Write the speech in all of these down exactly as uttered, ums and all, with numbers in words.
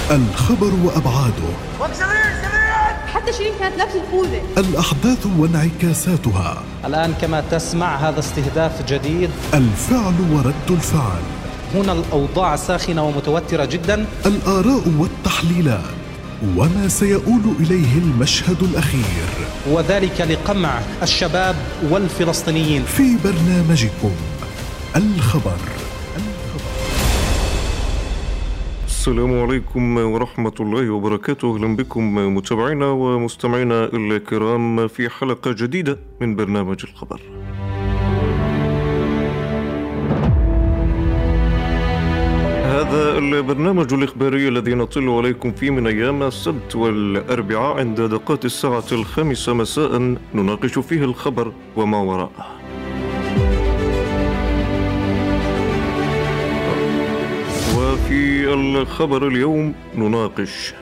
الخبر وأبعاده، حتى شيرين كانت لابسة الخوذة. الأحداث وانعكاساتها. الآن كما تسمع هذا استهداف جديد. الفعل ورد الفعل. هنا الأوضاع ساخنة ومتوترة جدا. الآراء والتحليلات وما سيؤول إليه المشهد الأخير، وذلك لقمع الشباب والفلسطينيين. في برنامجكم الخبر. السلام عليكم ورحمة الله وبركاته. أهلا بكم متابعينا ومستمعينا الكرام في حلقة جديدة من برنامج الخبر. هذا البرنامج الإخباري الذي نطل عليكم فيه من أيام السبت والأربعاء عند دقات الساعة الخامسة مساء، نناقش فيه الخبر وما وراءه. وفي الخبر اليوم نناقش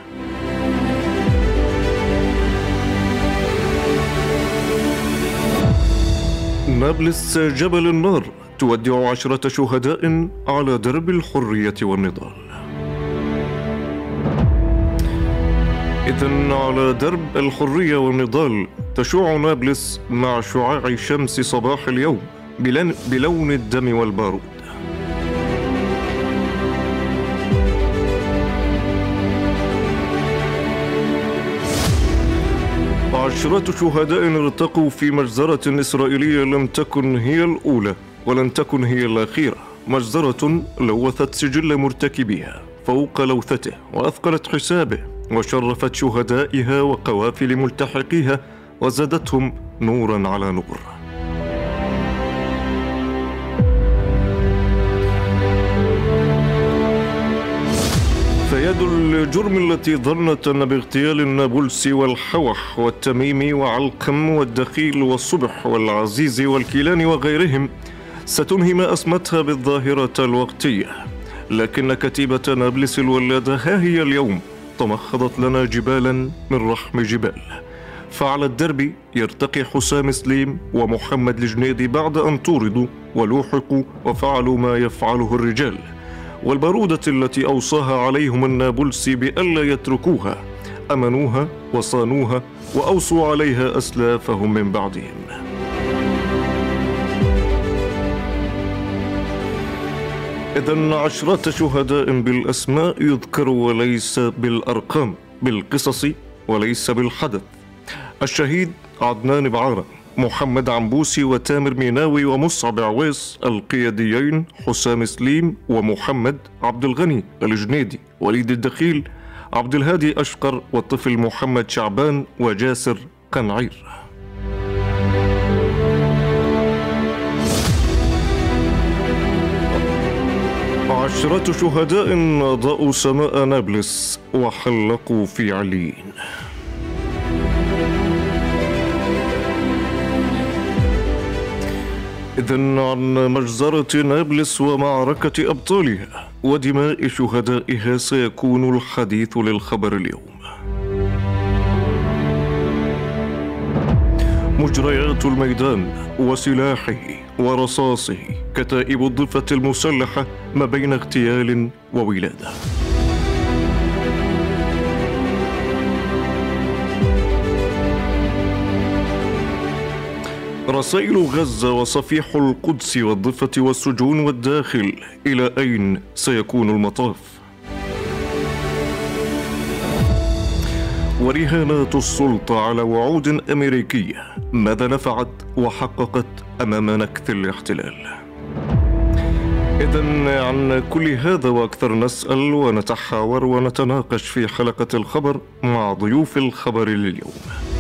نابلس جبل النار تودع عشرة شهداء على درب الحرية والنضال. إذن على درب الحرية والنضال تشع نابلس مع شعاع شمس صباح اليوم بلون الدم والبارود. عشرة شهداء ارتقوا في مجزرة إسرائيلية لم تكن هي الأولى ولن تكن هي الأخيرة، مجزرة لوثت سجل مرتكبيها فوق لوثته وأثقلت حسابه وشرفت شهدائها وقوافل ملتحقيها وزادتهم نورا على نور. فيد الجرم التي ظنت أن باغتيال النابلسي والحوح والتميمي وعلقم والدخيل والصبح والعزيز والكيلاني وغيرهم ستنهي ما أسمتها بالظاهرة الوقتية، لكن كتيبة نابلس الولادة ها هي اليوم تمخضت لنا جبالا من رحم جبال. فعلى الدرب يرتقي حسام سليم ومحمد الجنيدي بعد أن طوردوا ولوحقوا وفعلوا ما يفعله الرجال، والبارودة التي أوصاها عليهم النابلسي بألا يتركوها أمنوها وصانوها وأوصوا عليها أسلافهم من بعدهم. إذن عشرة شهداء بالأسماء يذكر وليس بالأرقام، بالقصص وليس بالحدث. الشهيد عدنان بعارة، محمد عنبوسي وتامر ميناوي ومصعب عويس القياديين، حسام سليم ومحمد عبد الغني الجنيدي، وليد الدخيل، عبد الهادي أشقر والطفل محمد شعبان وجاسر قنعير. عشرة شهداء أضاءوا سماء نابلس وحلقوا في عليين. إذن عن مجزرة نابلس ومعركة أبطالها ودماء شهدائها سيكون الحديث للخبر اليوم. مجريات الميدان وسلاحه ورصاصه، كتائب الضفة المسلحة ما بين اغتيال وولادة. رسائل غزة وصفيح القدس والضفة والسجون والداخل، إلى أين سيكون المطاف؟ ورهانات السلطة على وعود أمريكية ماذا نفعت وحققت أمام نكث الاحتلال؟ إذن عن كل هذا وأكثر نسأل ونتحاور ونتناقش في حلقة الخبر مع ضيوف الخبر لليوم.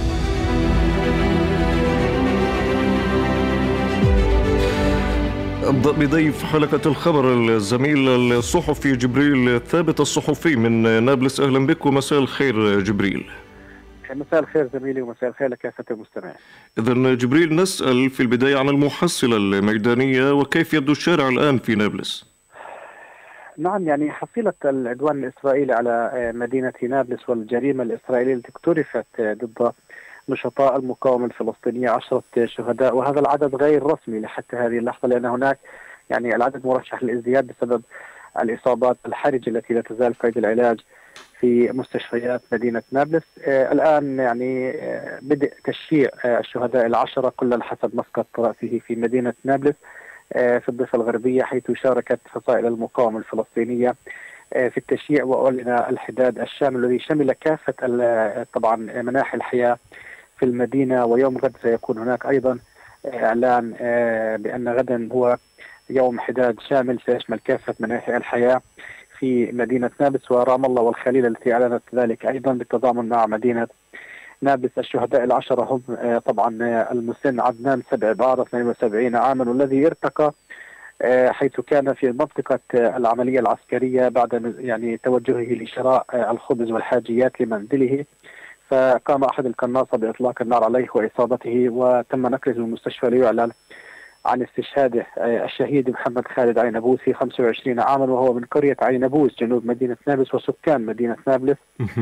أبدأ بضيف حلقة الخبر الزميل الصحفي جبريل ثابت الصحفي من نابلس. أهلا بك ومساء الخير جبريل. مساء الخير زميلي ومساء الخير لكافة المستمعين. إذن جبريل، نسأل في البداية عن المحصلة الميدانية وكيف يبدو الشارع الآن في نابلس. نعم، يعني حصيلة العدوان الإسرائيلي على مدينة نابلس والجريمة الإسرائيلية التي اقترفت ضد نشطاء المقاومة الفلسطينية عشرة شهداء، وهذا العدد غير رسمي لحتى هذه اللحظة، لأن هناك يعني العدد مرشح للازدياد بسبب الإصابات الحرجة التي لا تزال قيد العلاج في مستشفيات مدينة نابلس. آه الآن يعني آه بدء تشييع آه الشهداء العشرة كل حسب مسقط رأسه في مدينة نابلس آه في الضفة الغربية، حيث شاركت فصائل المقاومة الفلسطينية آه في التشييع، وأعلن الحداد الشامل الذي شمل كافة طبعا مناحي الحياة في المدينة. ويوم غد سيكون هناك أيضا إعلان آه بأن غدا هو يوم حداد شامل سيشمل كافة مناحي الحياة في مدينة نابلس ورام الله والخليل التي أعلنت ذلك أيضا بالتضامن مع مدينة نابلس. الشهداء العشرة هم طبعا المسن عدنان سبع بعرة اثنين وسبعين عاما، والذي ارتقى حيث كان في منطقة العملية العسكرية بعد يعني توجهه لشراء الخبز والحاجيات لمنزله، فقام أحد القناصة بإطلاق النار عليه وإصابته، وتم نقله للمستشفى ليعلن عن استشهاده الشهيد محمد خالد عينبوسي خمسة وعشرين عاما، وهو من قرية عينبوس جنوب مدينة نابلس وسكان مدينة نابلس.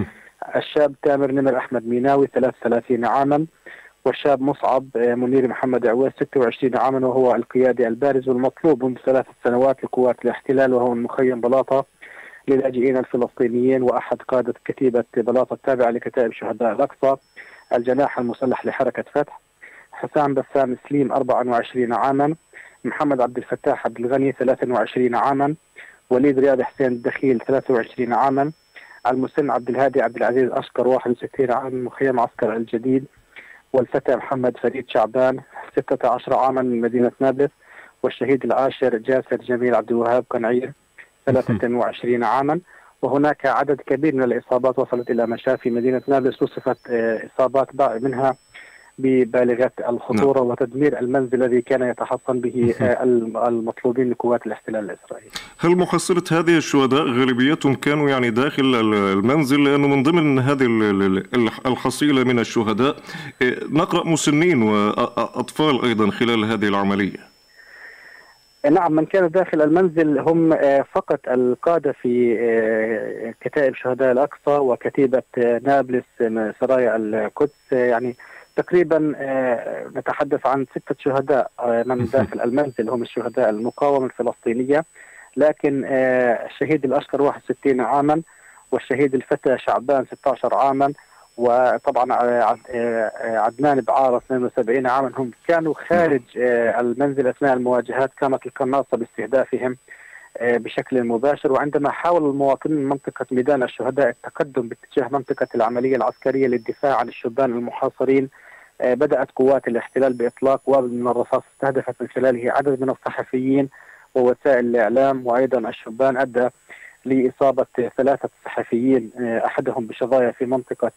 الشاب تامر نمر أحمد ميناوي ثلاثة وثلاثين عاما، والشاب مصعب منير محمد عويس ستة وعشرين عاما، وهو القيادي البارز والمطلوب منذ ثلاث سنوات لقوات الاحتلال، وهو من مخيم بلاطة للاجئين الفلسطينيين وأحد قادة كتيبة بلاطة التابعة لكتائب شهداء الأقصى الجناح المسلح لحركة فتح. حسام بسام سليم أربعة وعشرين عاما، محمد عبد الفتاح عبد الغني ثلاثة وعشرين عاما، وليد رياض حسين الدخيل ثلاثة وعشرين عاما، المسن عبد الهادي عبد العزيز أشكر واحد وستين عاما من مخيم عسكر الجديد، والفتى محمد فريد شعبان ستة عشر عاما من مدينة نابلس، والشهيد العاشر جاسر جميل عبد الوهاب قنعير ثلاثة وعشرين عاما. وهناك عدد كبير من الإصابات وصلت إلى مشافي مدينة نابلس، وصفت إصابات منها ببالغة الخطورة وتدمير المنزل الذي كان يتحصن به المطلوبين لقوات الاحتلال الإسرائيلي. هل محصلة هذه الشهداء غالبيتهم كانوا يعني داخل المنزل؟ لأنه من ضمن هذه الحصيلة من الشهداء نقرأ مسنين وأطفال أيضا خلال هذه العملية. نعم، من كان داخل المنزل هم فقط القادة في كتائب شهداء الأقصى وكتيبة نابلس سرايا القدس، يعني تقريبا نتحدث عن ستة شهداء من داخل المنزل هم الشهداء المقاومة الفلسطينية، لكن الشهيد الأشقر واحد وستين عاما، والشهيد الفتى شعبان ستة عشر عاما، وطبعا عدنان بعارة اثنين وسبعين عاما هم كانوا خارج المنزل أثناء المواجهات. كانت القناصة باستهدافهم بشكل مباشر، وعندما حاول المواطنين من منطقة ميدان الشهداء التقدم باتجاه منطقة العملية العسكرية للدفاع عن الشبان المحاصرين، بدأت قوات الاحتلال بإطلاق وابل من الرصاص استهدفت من خلاله عدد من الصحفيين ووسائل الإعلام وأيضا الشبان، أدى لإصابة ثلاثة صحفيين أحدهم بشظايا في منطقة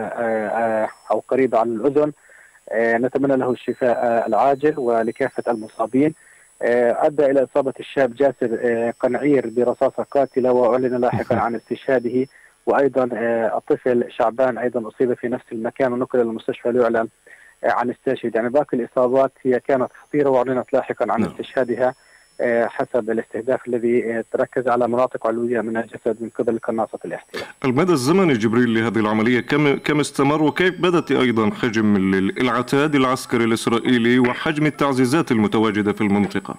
أو قريبة على الأذن، نتمنى له الشفاء العاجل ولكافة المصابين. أدى إلى إصابة الشاب جاسر قنعير برصاصة قاتلة وأعلن لاحقا عن استشهاده، وأيضا الطفل شعبان أيضا أصيب في نفس المكان ونقل إلى المستشفى ليعلن عن استشهاد. يعني باقي الإصابات هي كانت خطيرة وأعلنت لاحقا عن استشهادها حسب الاستهداف الذي تركز على مناطق علوية من الجسد من قبل قناصة الاحتلال. المدى الزمني جبريل لهذه العملية كم كم استمر، وكيف بدأت أيضا حجم العتاد العسكري الإسرائيلي وحجم التعزيزات المتواجدة في المنطقة؟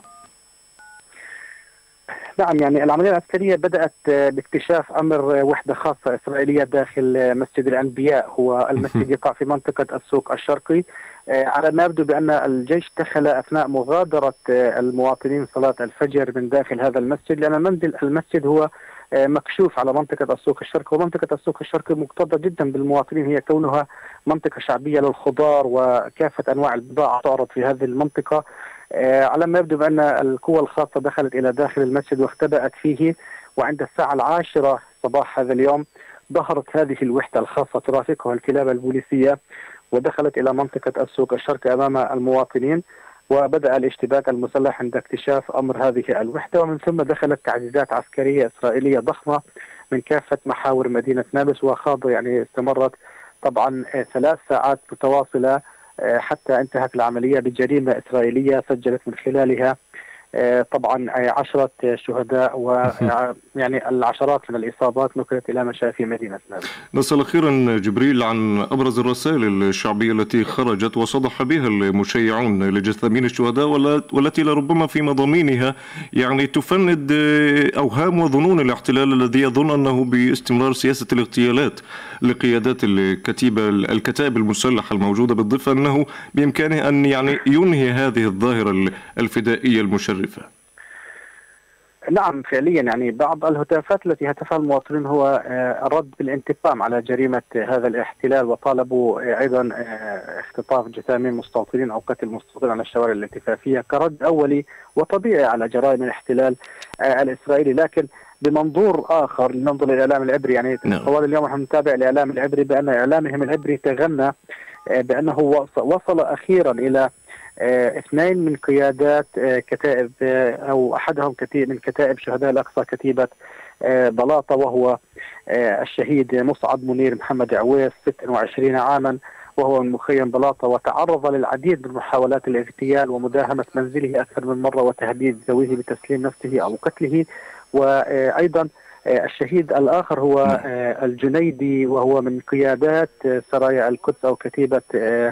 نعم، يعني العملية العسكرية بدأت باكتشاف أمر وحدة خاصة إسرائيلية داخل مسجد الأنبياء، هو المسجد يقع في منطقة السوق الشرقي. على ما يبدو بأن الجيش دخل أثناء مغادرة المواطنين صلاة الفجر من داخل هذا المسجد، لأن المنزل المسجد هو مكشوف على منطقة السوق الشرقي، ومنطقة السوق الشرقي مكتظة جدا بالمواطنين، هي كونها منطقة شعبية للخضار وكافة أنواع البضاعة تعرض في هذه المنطقة. على ما يبدو بأن القوى الخاصة دخلت إلى داخل المسجد واختبأت فيه، وعند الساعة العاشرة صباح هذا اليوم ظهرت هذه الوحدة الخاصة ترافقها الكلاب البوليسية ودخلت إلى منطقة السوق الشرقي أمام المواطنين، وبدأ الاشتباك المسلح عند اكتشاف أمر هذه الوحدة، ومن ثم دخلت تعزيزات عسكرية إسرائيلية ضخمة من كافة محاور مدينة نابلس، وخاضوا يعني استمرت طبعا ثلاث ساعات متواصلة حتى انتهت العملية بجريمة إسرائيلية سجلت من خلالها طبعا عشرة شهداء ويعني العشرات من الإصابات نقلت إلى مشافي مدينة نابلس. نسأل أخيرا جبريل عن أبرز الرسائل الشعبية التي خرجت وصدح بها المشيعون لجثامين الشهداء والتي لربما في مضامينها يعني تفند أوهام وظنون الاحتلال الذي يظن أنه باستمرار سياسة الاغتيالات لقيادات الكتيبة الكتائب المسلحة الموجودة بالضفة أنه بإمكانه أن يعني ينهي هذه الظاهرة الفدائية المشرفة. نعم فعليا يعني بعض الهتافات التي هتفها المواطنين هو الرد بالانتقام على جريمة هذا الاحتلال، وطالبوا أيضا اختطاف جثامين مستوطنين أو قتل مستوطنين على الشوارع الالتفافية كرد أولي وطبيعي على جرائم الاحتلال الإسرائيلي. لكن بمنظور آخر ننظر للإعلام العبري، يعني طوال اليوم نحن نتابع الإعلام العبري بأن إعلامهم العبري تغنى بأنه وصل أخيرا إلى اثنين من قيادات كتائب أو أحدهم كتيب من كتائب شهداء الأقصى كتيبة بلاطة، وهو الشهيد مصعب منير محمد عويس ستة وعشرين عاما، وهو من مخيم بلاطة، وتعرض للعديد من محاولات الاغتيال ومداهمة منزله أكثر من مرة وتهديد ذويه بتسليم نفسه أو قتله. وأيضا الشهيد الآخر هو الجنيدي، وهو من قيادات سرايا القدس أو كتيبة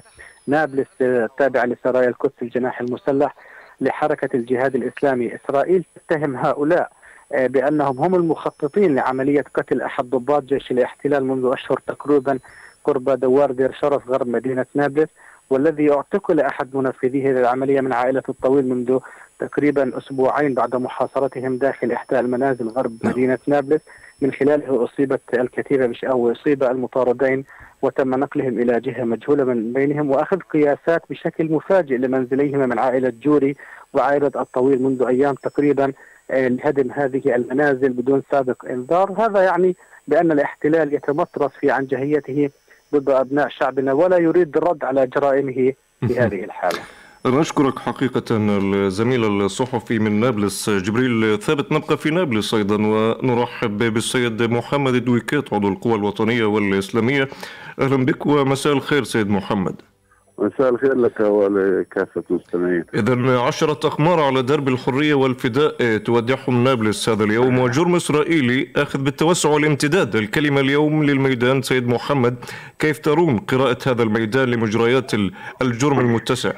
نابلس التابعة لسرايا القدس الجناح المسلح لحركة الجهاد الإسلامي. إسرائيل تتهم هؤلاء بأنهم هم المخططين لعملية قتل أحد ضباط جيش الاحتلال منذ أشهر تقريبا قرب دوار دير شرف غرب مدينة نابلس، والذي اعتقل أحد منفذيه للعملية من عائلة الطويل منذ تقريبا أسبوعين بعد محاصرتهم داخل إحدى المنازل غرب مدينة نابلس، من خلاله أصيبت الكتيبة أو أصيب المطاردين وتم نقلهم إلى جهة مجهولة من بينهم، وأخذ قياسات بشكل مفاجئ لمنزليهما من عائلة جوري وعائلة الطويل منذ أيام تقريبا لهدم هذه المنازل بدون سابق إنذار. هذا يعني بأن الاحتلال يتمطرس في عنجهيته ضد أبناء شعبنا ولا يريد الرد على جرائمه في هذه الحالة. أنا أشكرك حقيقة الزميل الصحفي من نابلس جبريل ثابت. نبقى في نابلس أيضا ونرحب بالسيد محمد دويكات عضو القوى الوطنية والإسلامية. أهلا بك ومساء الخير سيد محمد. مساء الخير لك ولكافة المستمعين. إذن عشرة أقمار على درب الحرية والفداء تودعهم نابلس هذا اليوم، وجرم إسرائيلي أخذ بالتوسع والامتداد. الكلمة اليوم للميدان سيد محمد، كيف ترون قراءة هذا الميدان لمجريات الجرم المتسع؟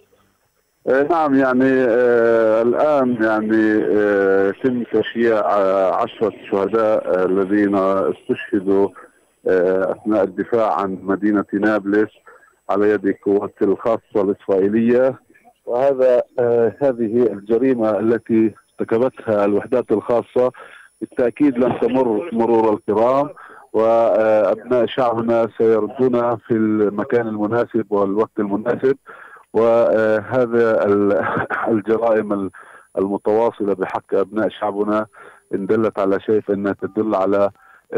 نعم يعني آه الآن يعني آه تم تشييع آه عشرة شهداء الذين آه استشهدوا آه أثناء الدفاع عن مدينة نابلس على يد القوات الخاصة الإسرائيلية، وهذا آه هذه الجريمة التي ارتكبتها الوحدات الخاصة بالتأكيد لن تمر مرور الكرام، وأبناء شعبنا سيردون في المكان المناسب والوقت المناسب. وهذا الجرائم المتواصلة بحق أبناء شعبنا إن دلت على شيء فإنها تدل على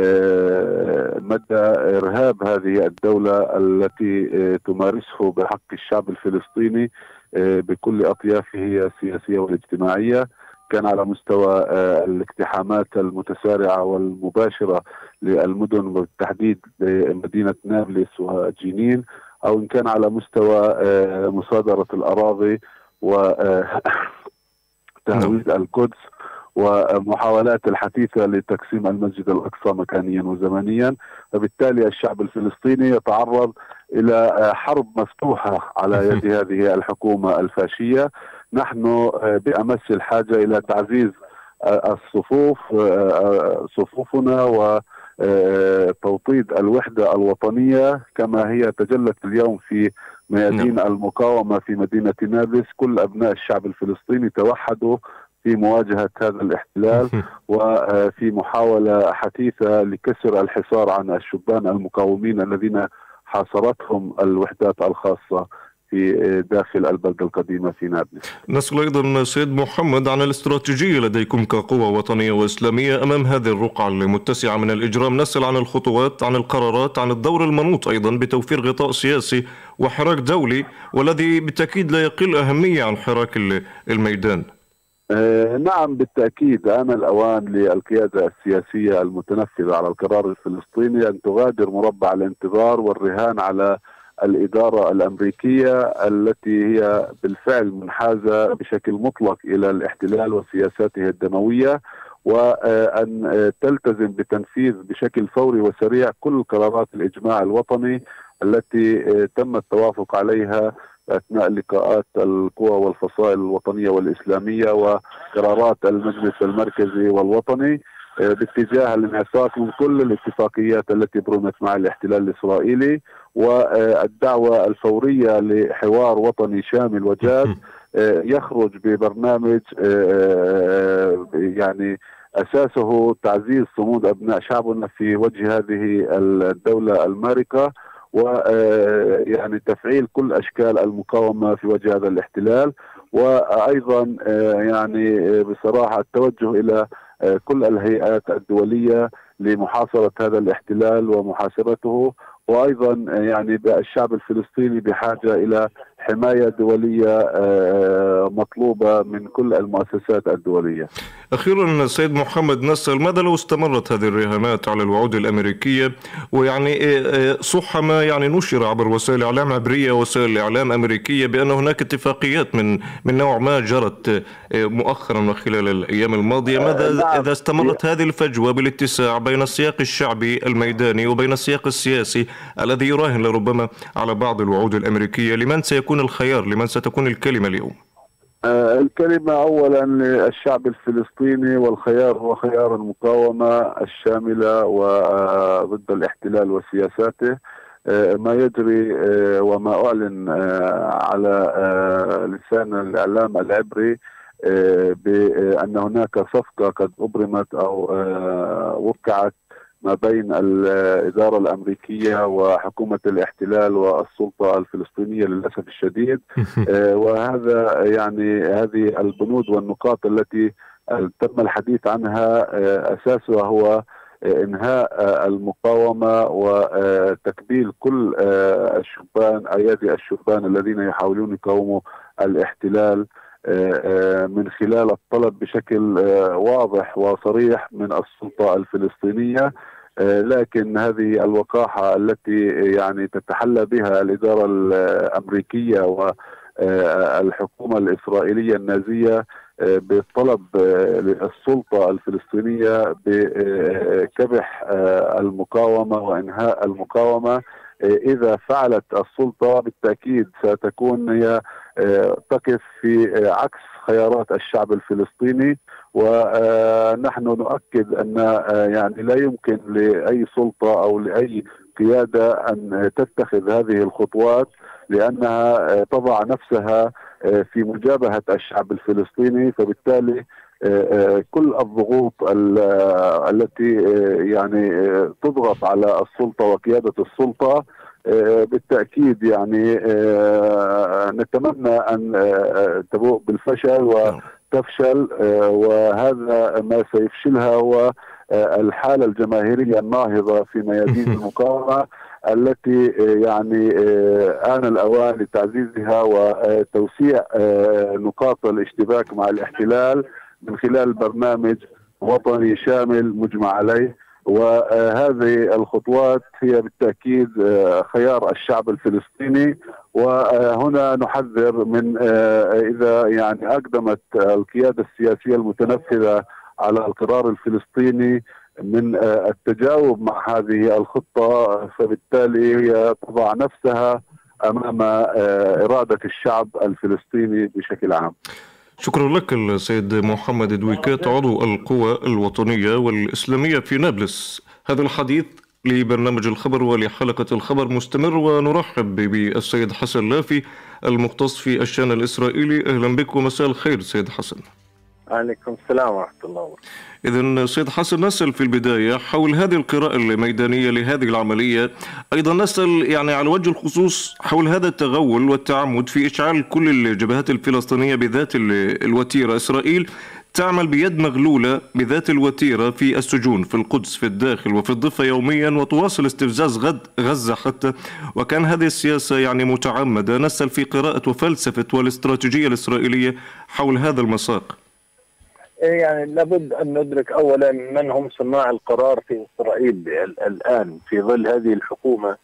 مدى إرهاب هذه الدولة التي تمارسه بحق الشعب الفلسطيني بكل أطيافه السياسية والاجتماعية، كان على مستوى الاقتحامات المتسارعة والمباشرة للمدن وبالتحديد لمدينة نابلس وجنين، أو إن كان على مستوى مصادرة الأراضي وتهويد القدس ومحاولات الحثيثة لتقسيم المسجد الأقصى مكانيا وزمنيا. فبالتالي الشعب الفلسطيني يتعرض إلى حرب مفتوحة على يد هذه الحكومة الفاشية. نحن بأمس الحاجة إلى تعزيز الصفوف صفوفنا و توطيد الوحدة الوطنية كما هي تجلت اليوم في ميادين المقاومة في مدينة نابلس. كل أبناء الشعب الفلسطيني توحدوا في مواجهة هذا الاحتلال وفي محاولة حثيثة لكسر الحصار عن الشبان المقاومين الذين حاصرتهم الوحدات الخاصة في داخل البلدة القديمة في نابلس. نسأل أيضا سيد محمد عن الاستراتيجية لديكم كقوة وطنية وإسلامية أمام هذه الرقعة المتسعة من الإجرام. نسأل عن الخطوات، عن القرارات، عن الدور المنوط أيضا بتوفير غطاء سياسي وحراك دولي، والذي بالتأكيد لا يقل أهمية عن حراك الميدان. آه نعم بالتأكيد آن الأوان للقيادة السياسية المتنفذة على القرار الفلسطيني أن تغادر مربع الانتظار والرهان على الإدارة الأمريكية التي هي بالفعل منحازة بشكل مطلق إلى الاحتلال وسياساته الدموية، وأن تلتزم بتنفيذ بشكل فوري وسريع كل قرارات الإجماع الوطني التي تم التوافق عليها أثناء لقاءات القوى والفصائل الوطنية والإسلامية وقرارات المجلس المركزي والوطني باتجاه الانعساق من كل الاتفاقيات التي برمت مع الاحتلال الإسرائيلي، والدعوة الفورية لحوار وطني شامل وجاد يخرج ببرنامج يعني أساسه تعزيز صمود أبناء شعبنا في وجه هذه الدولة المارقة، ويعني تفعيل كل أشكال المقاومة في وجه هذا الاحتلال، وأيضا يعني بصراحة التوجه إلى كل الهيئات الدولية لمحاصرة هذا الاحتلال ومحاسبته، وأيضا يعني الشعب الفلسطيني بحاجة إلى حماية دولية مطلوبة من كل المؤسسات الدولية. أخيرا سيد محمد نسأل، ماذا لو استمرت هذه الرهانات على الوعود الأمريكية، ويعني صح ما يعني نشر عبر وسائل إعلام عبرية وسائل إعلام أمريكية بأن هناك اتفاقيات من من نوع ما جرت مؤخرا وخلال الأيام الماضية، ماذا إذا استمرت هذه الفجوة بالاتساع بين السياق الشعبي الميداني وبين السياق السياسي الذي يراهن لربما على بعض الوعود الأمريكية؟ لمن سيكون الخيار؟ لمن ستكون الكلمة اليوم؟ الكلمة أولا للشعب الفلسطيني، والخيار هو خيار المقاومة الشاملة وضد الاحتلال وسياساته. ما يجري وما أعلن على لسان الإعلام العبري بأن هناك صفقة قد أبرمت أو وقعت ما بين الإدارة الأمريكية وحكومة الاحتلال والسلطة الفلسطينية للأسف الشديد، وهذا يعني هذه البنود والنقاط التي تم الحديث عنها أساسها هو إنهاء المقاومة وتكبيل كل الشبان أيادي الشبان الذين يحاولون يقاوموا الاحتلال من خلال الطلب بشكل واضح وصريح من السلطة الفلسطينية. لكن هذه الوقاحة التي يعني تتحلى بها الإدارة الأمريكية والحكومة الإسرائيلية النازية بالطلب للسلطة الفلسطينية بكبح المقاومة وإنهاء المقاومة، إذا فعلت السلطة بالتأكيد ستكون هي تقف في عكس خيارات الشعب الفلسطيني. ونحن نؤكد أن يعني لا يمكن لأي سلطة أو لأي قيادة أن تتخذ هذه الخطوات، لأنها تضع نفسها في مجابهة الشعب الفلسطيني، فبالتالي كل الضغوط التي يعني تضغط على السلطة وقيادة السلطة بالتأكيد يعني نتمنى أن تبوء بالفشل وتفشل، وهذا ما سيفشلها هو الحالة الجماهيرية الناهضة في ميادين المقاومة التي يعني آن الأوان لتعزيزها وتوسيع نقاط الاشتباك مع الاحتلال من خلال برنامج وطني شامل مجمع عليه. وهذه الخطوات هي بالتأكيد خيار الشعب الفلسطيني، وهنا نحذر من إذا يعني أقدمت القيادة السياسية المتنفذة على القرار الفلسطيني من التجاوب مع هذه الخطة، فبالتالي هي تضع نفسها أمام إرادة الشعب الفلسطيني بشكل عام. شكرا لك السيد محمد دويكات، عضو القوى الوطنية والإسلامية في نابلس. هذا الحديث لبرنامج الخبر ولحلقة الخبر مستمر، ونرحب بالسيد حسن لافي المختص في الشأن الإسرائيلي. أهلا بك ومساء الخير سيد حسن. عليكم السلام ورحمة الله وبركاته. إذن سيد حسن، نسأل في البداية حول هذه القراءة الميدانية لهذه العملية، أيضا نسأل يعني على وجه الخصوص حول هذا التغول والتعمد في إشعال كل الجبهات الفلسطينية بذات الوتيرة. إسرائيل تعمل بيد مغلولة بذات الوتيرة في السجون في القدس في الداخل وفي الضفة يوميا، وتواصل استفزاز غد غزة حتى، وكان هذه السياسة يعني متعمدة. نسأل في قراءة وفلسفة والاستراتيجية الإسرائيلية حول هذا المساق. يعني لابد أن ندرك أولا من هم صناع القرار في إسرائيل الآن في ظل هذه الحكومة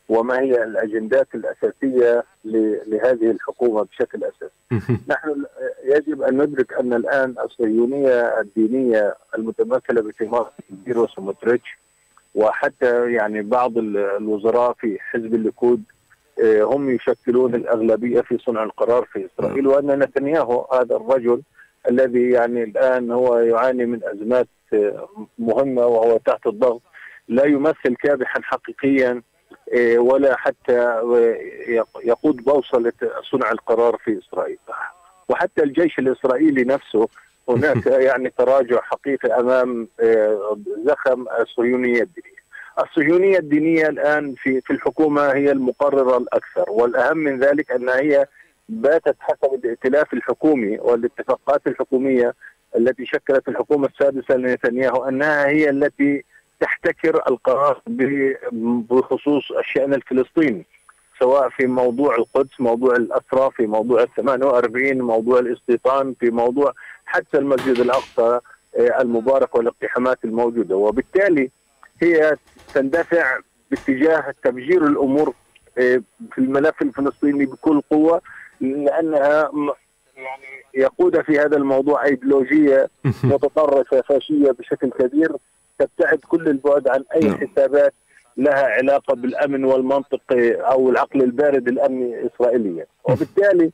وما هي الأجندات الأساسية لهذه الحكومة بشكل أساسي. نحن يجب أن ندرك أن الآن الصهيونية الدينية المتمثلة بتيمار وسموتريتش وحتى يعني بعض الوزراء في حزب الليكود هم يشكلون الأغلبية في صنع القرار في إسرائيل، وأن نتنياهو هذا الرجل الذي يعني الآن هو يعاني من أزمات مهمة وهو تحت الضغط لا يمثل كابحا حقيقيا ولا حتى يقود بوصلة صنع القرار في إسرائيل. وحتى الجيش الإسرائيلي نفسه هناك يعني تراجع حقيقي أمام زخم الصهيونية الدينية. الصهيونية الدينية الآن في في الحكومة هي المقررة الأكثر، والأهم من ذلك أنها هي باتت حسب الائتلاف الحكومي والاتفاقات الحكومية التي شكلت الحكومة السادسة لنتنياهو أنها هي التي تحتكر القرار بخصوص الشأن الفلسطيني، سواء في موضوع القدس، موضوع الأسرى، في موضوع الثمان وأربعين، موضوع الاستيطان، في موضوع حتى المسجد الأقصى المبارك والاقتحامات الموجودة. وبالتالي هي تندفع باتجاه تفجير الأمور في الملف الفلسطيني بكل قوة، لأنها يعني يقود في هذا الموضوع أيديولوجية متطرفة فاشية بشكل كبير تبتعد كل البعد عن أي حسابات لها علاقة بالأمن والمنطق أو العقل البارد الأمني إسرائيليا. وبالتالي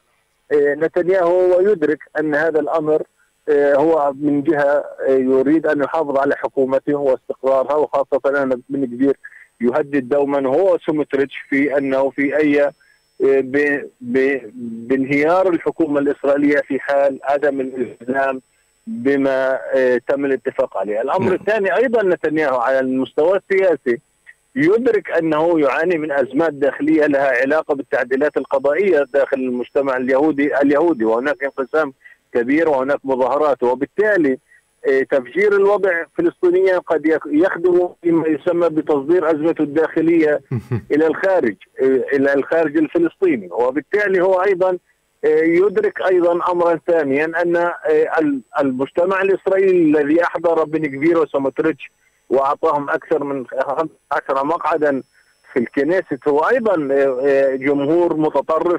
نتنياهو يدرك أن هذا الأمر هو من جهة يريد أن يحافظ على حكومته واستقرارها، وخاصة أن بن كبير يهدد دوما هو سموتريتش في أنه في أي ب... ب... بانهيار الحكومة الإسرائيلية في حال عدم الالتزام بما تم الاتفاق عليه. الأمر الثاني أيضا نتنياهو على المستوى السياسي يدرك أنه يعاني من أزمات داخلية لها علاقة بالتعديلات القضائية داخل المجتمع اليهودي اليهودي وهناك انقسام كبير وهناك مظاهرات، وبالتالي تفجير الوضع فلسطينيا قد يخدم فيما يسمى بتصدير أزمته الداخلية إلى الخارج إلى الخارج الفلسطيني. وبالتالي هو أيضا يدرك أيضا أمرا ثانيا أن المجتمع الإسرائيلي الذي أحضر بن كبير وسموتريتش وأعطاهم أكثر من عشر مقعدا في الكنيست هو أيضا جمهور متطرف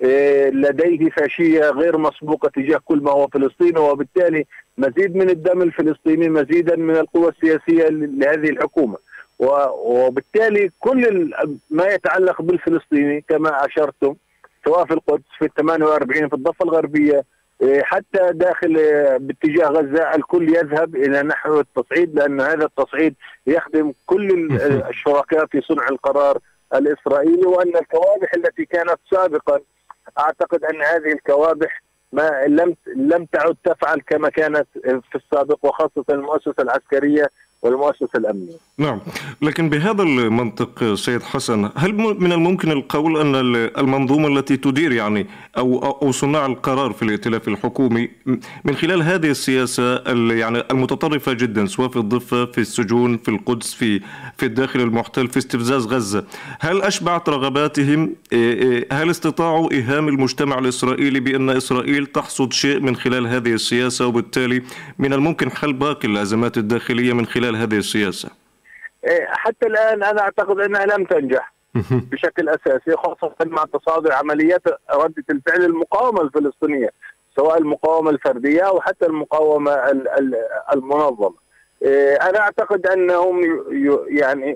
لديه فاشية غير مسبوقة تجاه كل ما هو فلسطيني، وبالتالي مزيد من الدم الفلسطيني، مزيدا من القوى السياسية لهذه الحكومة. وبالتالي كل ما يتعلق بالفلسطيني كما أشرتم سواء في القدس، في الثمان وأربعين، في الضفة الغربية، حتى داخل باتجاه غزة، الكل يذهب إلى نحو التصعيد، لأن هذا التصعيد يخدم كل الشركاء في صنع القرار الإسرائيلي. وأن الكوابح التي كانت سابقا أعتقد أن هذه الكوابح ما لم لم تعد تفعل كما كانت في السابق، وخاصة المؤسسة العسكرية والمؤسسة الأمنية. نعم، لكن بهذا المنطق سيد حسن، هل من الممكن القول أن المنظومة التي تدير يعني أو أو صناع القرار في الائتلاف الحكومي من خلال هذه السياسة يعني المتطرفة جدا، سواء في الضفة، في السجون، في القدس، في في الداخل المحتل، في استفزاز غزة، هل أشبعت رغباتهم؟ هل استطاعوا إيهام المجتمع الإسرائيلي بأن إسرائيل تحصد شيء من خلال هذه السياسة، وبالتالي من الممكن حل باقي الأزمات الداخلية من خلال هذه السياسة؟ حتى الآن أنا أعتقد أنها لم تنجح بشكل أساسي، خاصة مع تصاعد عمليات ردة الفعل المقاومة الفلسطينية، سواء المقاومة الفردية أو حتى المقاومة المنظمة. أنا أعتقد أنهم يعني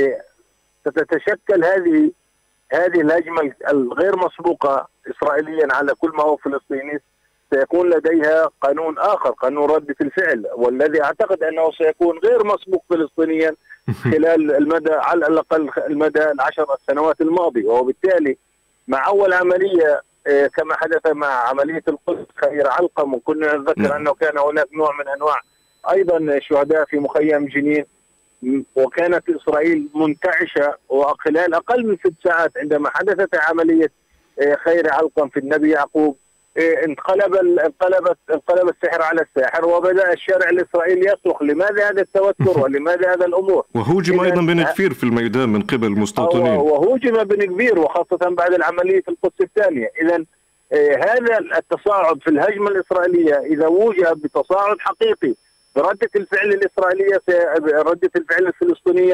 ستتشكل هذه هذه الهجمة الغير مسبوقة إسرائيليا على كل ما هو فلسطيني، سيكون لديها قانون آخر، قانون ردة الفعل، والذي أعتقد أنه سيكون غير مسبوق فلسطينيا خلال المدى على الأقل المدى العشر سنوات الماضية. وبالتالي مع أول عملية كما حدث مع عملية القدس خير علقم، وكنا نتذكر أنه كان هناك نوع من أنواع أيضا شهداء في مخيم جنين، وكانت إسرائيل منتعشة، وخلال أقل من ست ساعات عندما حدثت عملية خير علقم في النبي يعقوب انقلب انقلبت انقلب السحر على الساحر، وبدأ الشارع الإسرائيلي يصرخ لماذا هذا التوتر ولماذا هذا الأمور. وهوجم أيضا بن كبير في الميدان من قبل المستوطنين، وهوجم بن كبير وخاصة بعد العملية في القدس الثانية. إذا هذا التصاعد في الهجمة الإسرائيلية إذا وجه بتصاعد حقيقي بردة الفعل الإسرائيلية، ردة الفعل الفلسطينية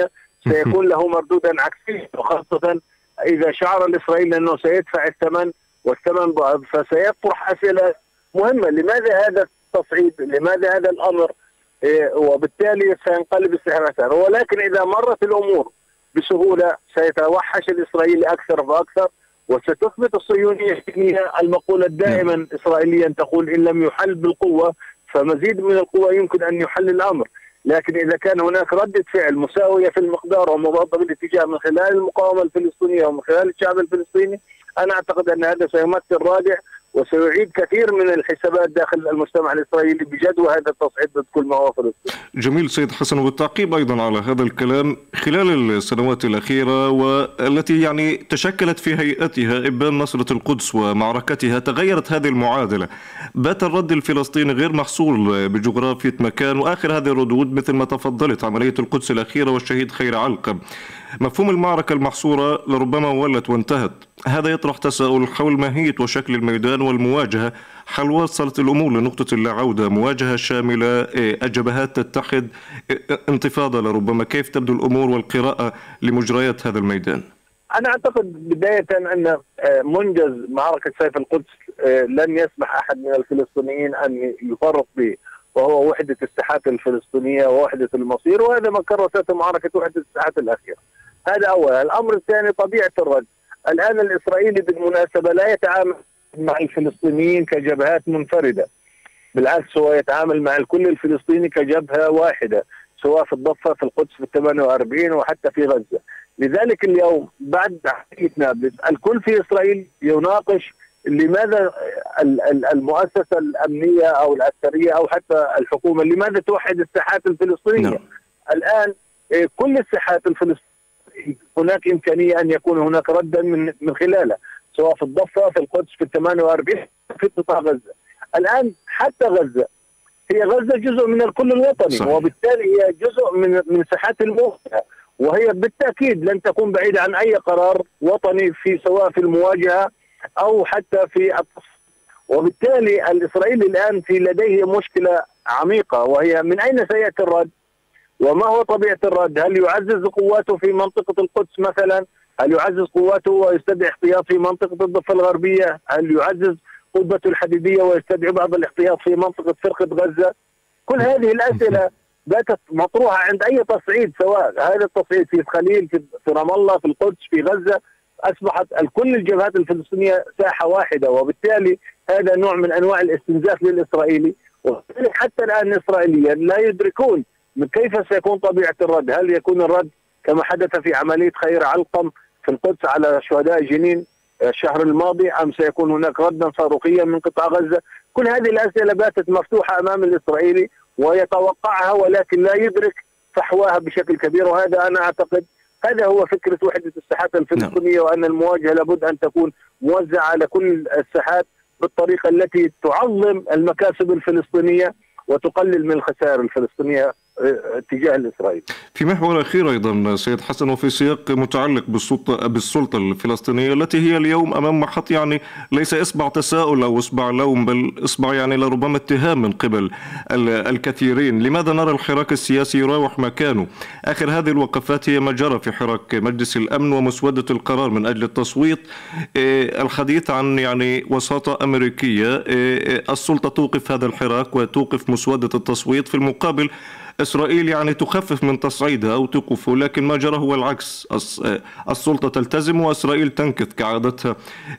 سيكون له مردودا عكسيا، وخاصة إذا شعر الإسرائيلي أنه سيدفع الثمن والثمن فسيطرح أسئلة مهمة. لماذا هذا التصعيد؟ لماذا هذا الأمر؟ وبالتالي سينقلب السعر. ولكن إذا مرت الأمور بسهولة سيتوحش الإسرائيلي أكثر فأكثر، وستثبت الصهيونية المقولة دائما إسرائيليا تقول إن لم يحل بالقوة فمزيد من القوة يمكن أن يحل الأمر. لكن إذا كان هناك ردة فعل مساوية في المقدار ومضادة بالاتجاه من خلال المقاومة الفلسطينية ومن خلال الشعب الفلسطيني، أنا أعتقد أن هذا سيمثل رادع وسيعيد كثير من الحسابات داخل المجتمع الإسرائيلي بجدوى هذا التصعيد ضد كل ما هو فلسطين. جميل سيد حسن، والتعقيب أيضا على هذا الكلام، خلال السنوات الأخيرة والتي يعني تشكلت في هيئتها إبان نصرة القدس ومعركتها تغيرت هذه المعادلة. بات الرد الفلسطيني غير محصور بجغرافية مكان، وآخر هذه الردود مثل ما تفضلت عملية القدس الأخيرة والشهيد خير علقم. مفهوم المعركة المحصورة لربما ولت وانتهت. هذا يطرح تساؤل حول ماهية وشكل الميدان والمواجهة. هل وصلت الأمور لنقطة اللا عودة، مواجهة شاملة، الجبهات تتحد، انتفاضة لربما؟ كيف تبدو الأمور والقراءة لمجريات هذا الميدان؟ أنا أعتقد بداية أن منجز معركة سيف القدس لن يسمح أحد من الفلسطينيين أن يفرط به، وهو وحدة الساحات الفلسطينية ووحدة المصير، وهذا ما كرسته معركة وحدة الساحات الأخيرة. هذا أولا. الأمر الثاني طبيعة الرد. الآن الإسرائيلي بالمناسبة لا يتعامل مع الفلسطينيين كجبهات منفردة، بالعكس هو يتعامل مع الكل الفلسطيني كجبهة واحدة، سواء في الضفة، في القدس، في الثمانية وأربعين، وحتى في غزة. لذلك اليوم بعد عملية نابلس الكل في إسرائيل يناقش لماذا المؤسسة الأمنية أو العسكرية أو حتى الحكومة لماذا توحد الساحات الفلسطينية؟ نعم. الآن كل الساحات الفلسطينية هناك إمكانية أن يكون هناك ردا من من خلالها، سواء في الضفة، في القدس، في الثمانية وأربعين، في قطاع غزة. الآن حتى غزة هي غزة جزء من الكل الوطني، صحيح. وبالتالي هي جزء من من ساحات المواجهة، وهي بالتأكيد لن تكون بعيدة عن أي قرار وطني في سواء في المواجهة أو حتى في التصفية. وبالتالي الإسرائيلي الآن في لديه مشكلة عميقة، وهي من أين سيأتي الرد؟ وما هو طبيعة الرد؟ هل يعزز قواته في منطقة القدس مثلا؟ هل يعزز قواته ويستدعي احتياط في منطقة الضفة الغربية؟ هل يعزز قبته الحديدية ويستدعي بعض الاحتياط في منطقة فرقة غزة؟ كل هذه الأسئلة باتت مطروحة عند أي تصعيد، سواء هذا التصعيد في الخليل، في رام الله، في القدس، في غزة. أصبحت كل الجبهات الفلسطينية ساحة واحدة، وبالتالي هذا نوع من أنواع الاستنزاف للإسرائيلي. وذلك حتى الآن إسرائيليا لا يدركون من كيف سيكون طبيعة الرد. هل يكون الرد كما حدث في عملية خير علقم في القدس على شهداء جنين الشهر الماضي، أم سيكون هناك ردا صاروخيا من قطاع غزة؟ كل هذه الأسئلة باتت مفتوحة أمام الإسرائيلي ويتوقعها، ولكن لا يدرك فحواها بشكل كبير. وهذا أنا أعتقد هذا هو فكرة وحدة الساحات الفلسطينية، وأن المواجهة لابد أن تكون موزعة على كل الساحات بالطريقة التي تعظم المكاسب الفلسطينية وتقلل من الخسائر الفلسطينية تجاه الإسرائيل. في محور أخير أيضا سيد حسن، وفي سياق متعلق بالسلطة بالسلطة الفلسطينية التي هي اليوم أمام محط يعني ليس إصبع تساؤل أو إصبع لوم، بل إصبع يعني لربما اتهام من قبل الكثيرين. لماذا نرى الحراك السياسي يراوح مكانه؟ آخر هذه الوقفات هي ما جرى في حراك مجلس الأمن ومسودة القرار من أجل التصويت، الحديث عن يعني وساطة أمريكية. السلطة توقف هذا الحراك وتوقف مسودة التصويت، في المقابل إسرائيل يعني تخفف من تصعيدها أو توقفه، لكن ما جرى هو العكس. السلطة تلتزم وإسرائيل تنكث كعادتها.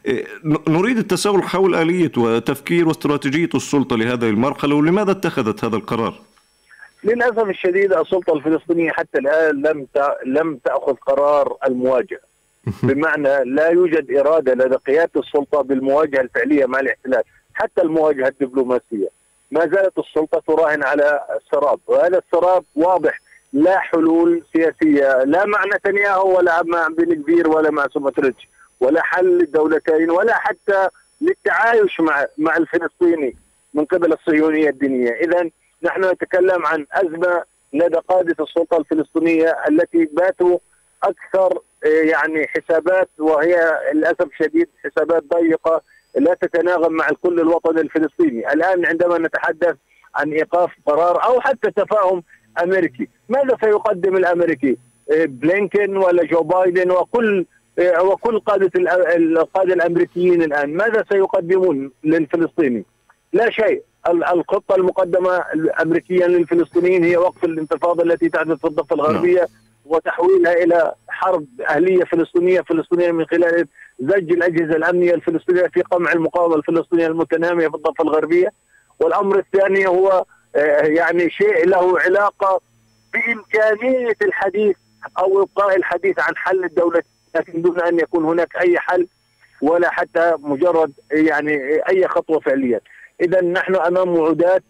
نريد التساؤل حول آلية وتفكير واستراتيجية السلطة لهذه المرحلة، ولماذا اتخذت هذا القرار؟ للأسف الشديد السلطة الفلسطينية حتى الآن لم لم تأخذ قرار المواجهة، بمعنى لا يوجد إرادة لدى قيادة السلطة بالمواجهة الفعلية مع الاحتلال، حتى المواجهة الدبلوماسية. ما زالت السلطة تراهن على السراب، وهذا السراب واضح، لا حلول سياسية، لا مع نتنياهو ولا مع بن كبير ولا مع سموتريتش، ولا حل للدولتين، ولا حتى للتعايش مع مع الفلسطيني من قبل الصهيونية الدينية. إذا نحن نتكلم عن أزمة لدى قادة السلطة الفلسطينية التي باتوا أكثر يعني حسابات، وهي للأسف الشديد حسابات ضيقة لا تتناغم مع الكل الوطني الفلسطيني. الآن عندما نتحدث عن إيقاف قرار أو حتى تفاهم أمريكي، ماذا سيقدم الأمريكي؟ بلينكن ولا جو بايدن وكل وكل قادة القادة الأمريكيين الآن ماذا سيقدمون للفلسطيني؟ لا شيء. الخطة المقدمة أمريكيا للفلسطينيين هي وقف الانتفاضة التي تحدث في الضفة الغربية وتحويلها إلى حرب أهلية فلسطينية فلسطينية من خلال زج الأجهزة الأمنية الفلسطينية في قمع المقاومة الفلسطينية المتنامية في الضفة الغربية. والأمر الثاني هو يعني شيء له علاقة بإمكانية الحديث أو إبقاء الحديث عن حل الدولة، لكن دون أن يكون هناك أي حل ولا حتى مجرد يعني أي خطوة فعلية. إذا نحن أمام وعودات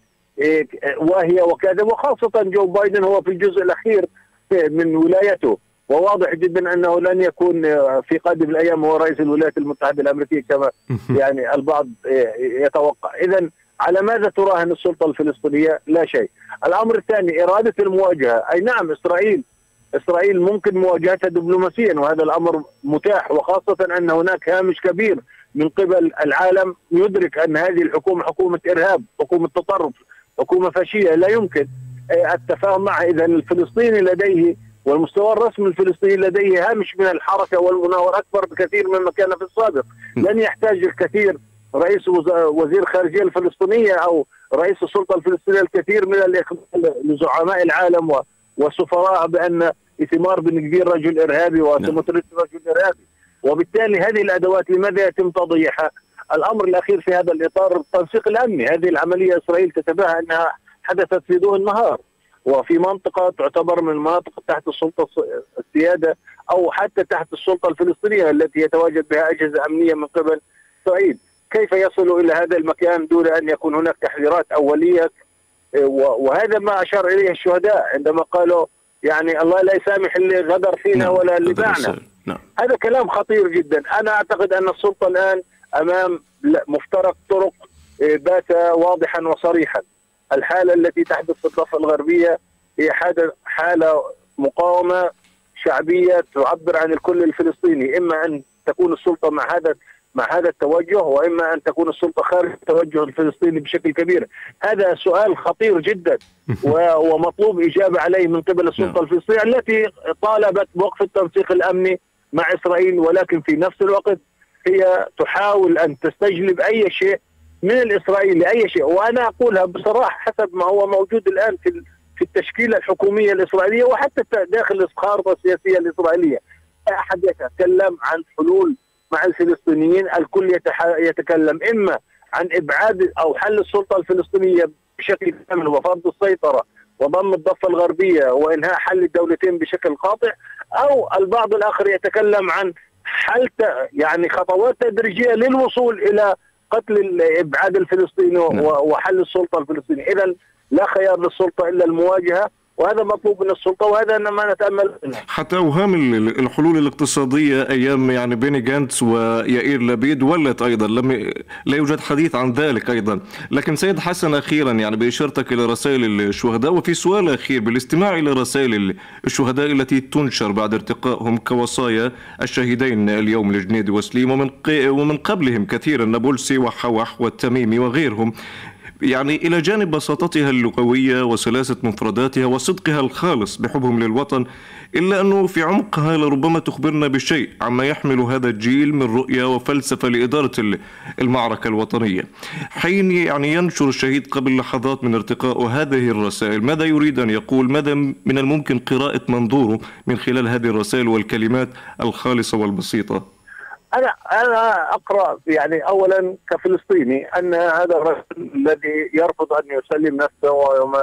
واهية وكاذبة، وخاصة جو بايدن هو في الجزء الأخير من ولايته، وواضح جدا أنه لن يكون في قادم الأيام هو رئيس الولايات المتحدة الأمريكية كما يعني البعض يتوقع. إذا على ماذا تراهن السلطة الفلسطينية؟ لا شيء. الأمر الثاني إرادة المواجهة. أي نعم إسرائيل إسرائيل ممكن مواجهتها دبلوماسيا وهذا الأمر متاح، وخاصة أن هناك هامش كبير من قبل العالم يدرك أن هذه الحكومة حكومة إرهاب، حكومة تطرف، حكومة فاشية لا يمكن التفاهم معها. إذا الفلسطيني لديه والمستوى الرسمي الفلسطيني لديه هامش من الحركة والمناورة أكبر بكثير مما كان في السابق. لن يحتاج الكثير رئيس وزير الخارجية الفلسطينية أو رئيس السلطة الفلسطينية الكثير من الإخبار لزعماء العالم والسفراء بأن إثمار بن كبير رجل إرهابي وسموتريتش رجل إرهابي، وبالتالي هذه الأدوات لماذا يتم تضييعها؟ الأمر الأخير في هذا الإطار التنسيق الأمني. هذه العملية إسرائيل تتبعها أنها حدثت في ضوء النهار وفي منطقة تعتبر من المناطق تحت السلطة السيادة أو حتى تحت السلطة الفلسطينية التي يتواجد بها أجهزة أمنية من قبل إسرائيل. كيف يصلوا إلى هذا المكان دون أن يكون هناك تحذيرات أولية؟ وهذا ما أشار إليه الشهداء عندما قالوا يعني الله لا يسامح اللي غدر فينا نعم. ولا اللي باعنا. نعم. هذا كلام خطير جدا. أنا أعتقد أن السلطة الآن أمام مفترق طرق بات واضحا وصريحا. الحالة التي تحدث في الضفة الغربية هي حالة مقاومة شعبية تعبر عن الكل الفلسطيني، إما أن تكون السلطة مع هذا مع هذا التوجه وإما أن تكون السلطة خارج التوجه الفلسطيني بشكل كبير. هذا سؤال خطير جدا ومطلوب إجابة عليه من قبل السلطة الفلسطينية التي طالبت بوقف التنسيق الأمني مع إسرائيل، ولكن في نفس الوقت هي تحاول أن تستجلب أي شيء من الإسرائيلي، أي شيء. وأنا أقولها بصراحة حسب ما هو موجود الآن في في التشكيلة الحكومية الإسرائيلية وحتى داخل الخارطة السياسية الإسرائيلية لا أحد يتكلم عن حلول مع الفلسطينيين. الكل يتكلم إما عن إبعاد أو حل السلطة الفلسطينية بشكل كامل وفرض السيطرة وضم الضفة الغربية وإنهاء حل الدولتين بشكل قاطع، أو البعض الآخر يتكلم عن حل يعني خطوات تدريجية للوصول إلى قتل إبعاد الفلسطيني وحل السلطة الفلسطينية. إذن لا خيار للسلطة إلا المواجهة، وهذا مطلوب من السلطة وهذا ما نتأمل منه. حتى أوهام الحلول الاقتصادية أيام يعني بيني جانتس ويائير لبيد ولت أيضا، لم لا يوجد حديث عن ذلك أيضا. لكن سيد حسن أخيرا يعني بإشارتك إلى رسائل الشهداء وفي سؤال أخير بالاستماع إلى رسائل الشهداء التي تنشر بعد ارتقائهم كوصايا الشهيدين اليوم الجنيدي وسليم ومن ومن قبلهم كثيرا نابلسي وحوح والتميمي وغيرهم، يعني إلى جانب بساطتها اللغوية وسلاسة مفرداتها وصدقها الخالص بحبهم للوطن، إلا أنه في عمقها لربما تخبرنا بشيء عما يحمل هذا الجيل من رؤية وفلسفة لإدارة المعركة الوطنية. حين يعني ينشر الشهيد قبل لحظات من ارتقاء هذه الرسائل، ماذا يريد أن يقول؟ ماذا من الممكن قراءة منظوره من خلال هذه الرسائل والكلمات الخالصة والبسيطة؟ أنا أنا أقرأ يعني أولا كفلسطيني أن هذا الرجل الذي يرفض أن يسلم نفسه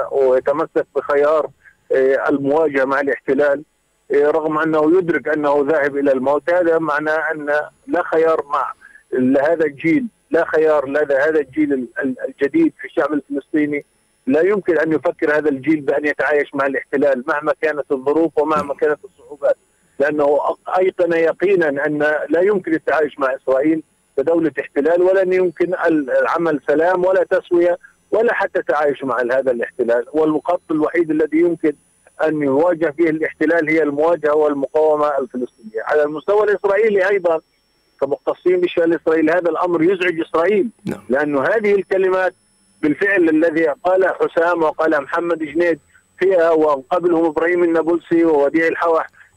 ويتمسك بخيار المواجهة مع الاحتلال رغم أنه يدرك أنه ذاهب إلى الموت، هذا معناه أن لا خيار مع هذا الجيل، لا خيار لدى هذا الجيل الجديد في الشعب الفلسطيني. لا يمكن أن يفكر هذا الجيل بأن يتعايش مع الاحتلال مهما كانت الظروف ومهما كانت الصعوبات، لأنه أيقن يقينا أن لا يمكن التعايش مع إسرائيل كدولة احتلال، ولن يمكن العمل سلام ولا تسوية ولا حتى تعايش مع هذا الاحتلال. والخط الوحيد الذي يمكن أن يواجه فيه الاحتلال هي المواجهة والمقاومة الفلسطينية. على المستوى الإسرائيلي أيضا كمختصين بالشأن الإسرائيلي هذا الأمر يزعج إسرائيل، لأنه هذه الكلمات بالفعل الذي قال حسام وقال محمد جنيد فيها وقبلهم إبراهيم النابلسي ووديع الحوح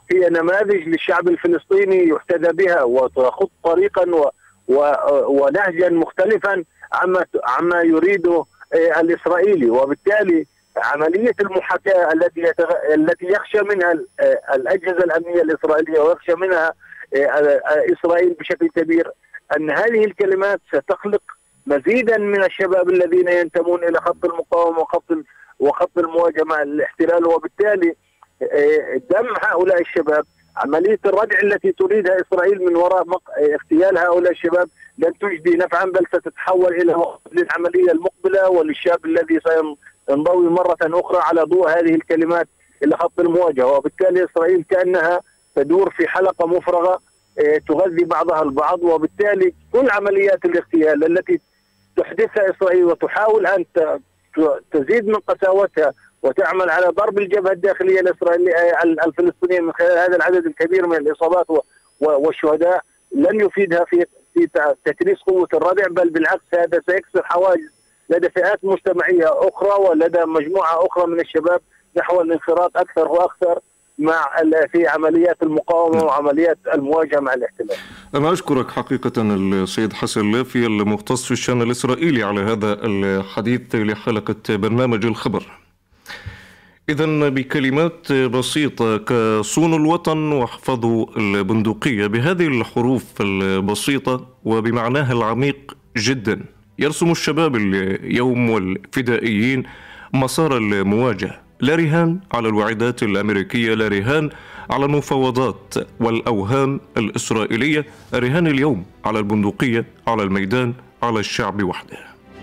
هي نماذج للشعب الفلسطيني يحتذى بها وتخط طريقا و و ونهجا مختلفا عما عما يريده الإسرائيلي. وبالتالي عملية المحاكاة التي يتغ... التي يخشى منها الأجهزة الأمنية الإسرائيلية ويخشى منها إسرائيل بشكل كبير أن هذه الكلمات ستخلق مزيدا من الشباب الذين ينتمون إلى خط المقاومة وخط وخط المواجهة مع الاحتلال. وبالتالي دم هؤلاء الشباب، عملية الردع التي تريدها إسرائيل من وراء اغتيال هؤلاء الشباب لن تجدي نفعا، بل ستتحول إلى العملية المقبلة وللشاب الذي سينضوي مرة أخرى على ضوء هذه الكلمات إلى خط المواجهة. وبالتالي إسرائيل كأنها تدور في حلقة مفرغة تغذي بعضها البعض. وبالتالي كل عمليات الاغتيال التي تحدثها إسرائيل وتحاول أن تزيد من قساوتها وتعمل على ضرب الجبهة الداخلية الإسرائيلية الفلسطينية من خلال هذا العدد الكبير من الإصابات والشهداء لن يفيدها في في تكريس قوة الردع، بل بالعكس هذا سيكسر حواجز لدى فئات مجتمعية أخرى ولدى مجموعة أخرى من الشباب نحو الانخراط أكثر وأكثر مع في عمليات المقاومة وعمليات المواجهة مع الاحتلال. أنا أشكرك حقيقة السيد حسن لافي المختص في الشأن الإسرائيلي على هذا الحديث لحلقة برنامج الخبر. إذن بكلمات بسيطة كصونوا الوطن واحفظوا البندقية، بهذه الحروف البسيطة وبمعناها العميق جدا يرسم الشباب اليوم والفدائيين مسار المواجهة. لا رهان على الوعيدات الأمريكية، لا رهان على المفاوضات والأوهام الإسرائيلية، الرهان اليوم على البندقية، على الميدان، على الشعب وحده.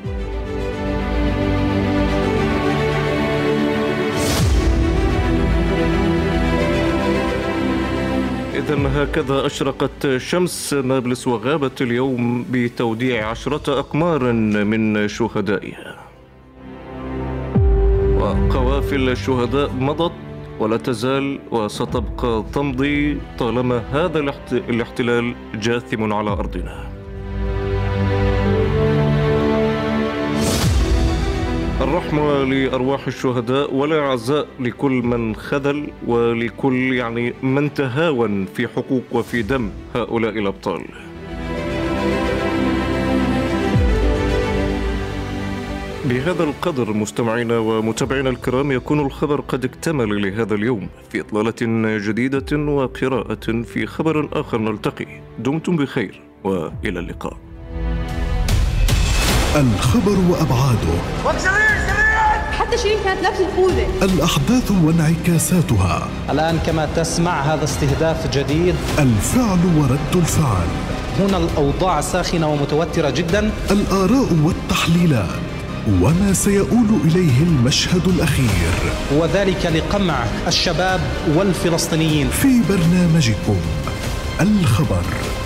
إذن هكذا أشرقت شمس نابلس وغابت اليوم بتوديع عشرة أقمار من شهدائها، وقوافل الشهداء مضت ولا تزال وستبقى تمضي طالما هذا الاحتلال جاثم على أرضنا. الرحمة لأرواح الشهداء والعزاء لكل من خذل ولكل يعني من تهاون في حقوق وفي دم هؤلاء الأبطال. بهذا القدر مستمعينا ومتابعينا الكرام يكون الخبر قد اكتمل لهذا اليوم. في إطلالة جديدة وقراءة في خبر آخر نلتقي. دمتم بخير وإلى اللقاء. الخبر وأبعاده، حتى شيرين كانت لابسة الخوذة. الأحداث وانعكاساتها. الآن كما تسمع هذا استهداف جديد. الفعل ورد الفعل. هنا الأوضاع ساخنة ومتوترة جدا. الآراء والتحليلات وما سيؤول إليه المشهد الأخير، وذلك لقمع الشباب والفلسطينيين في برنامجكم الخبر.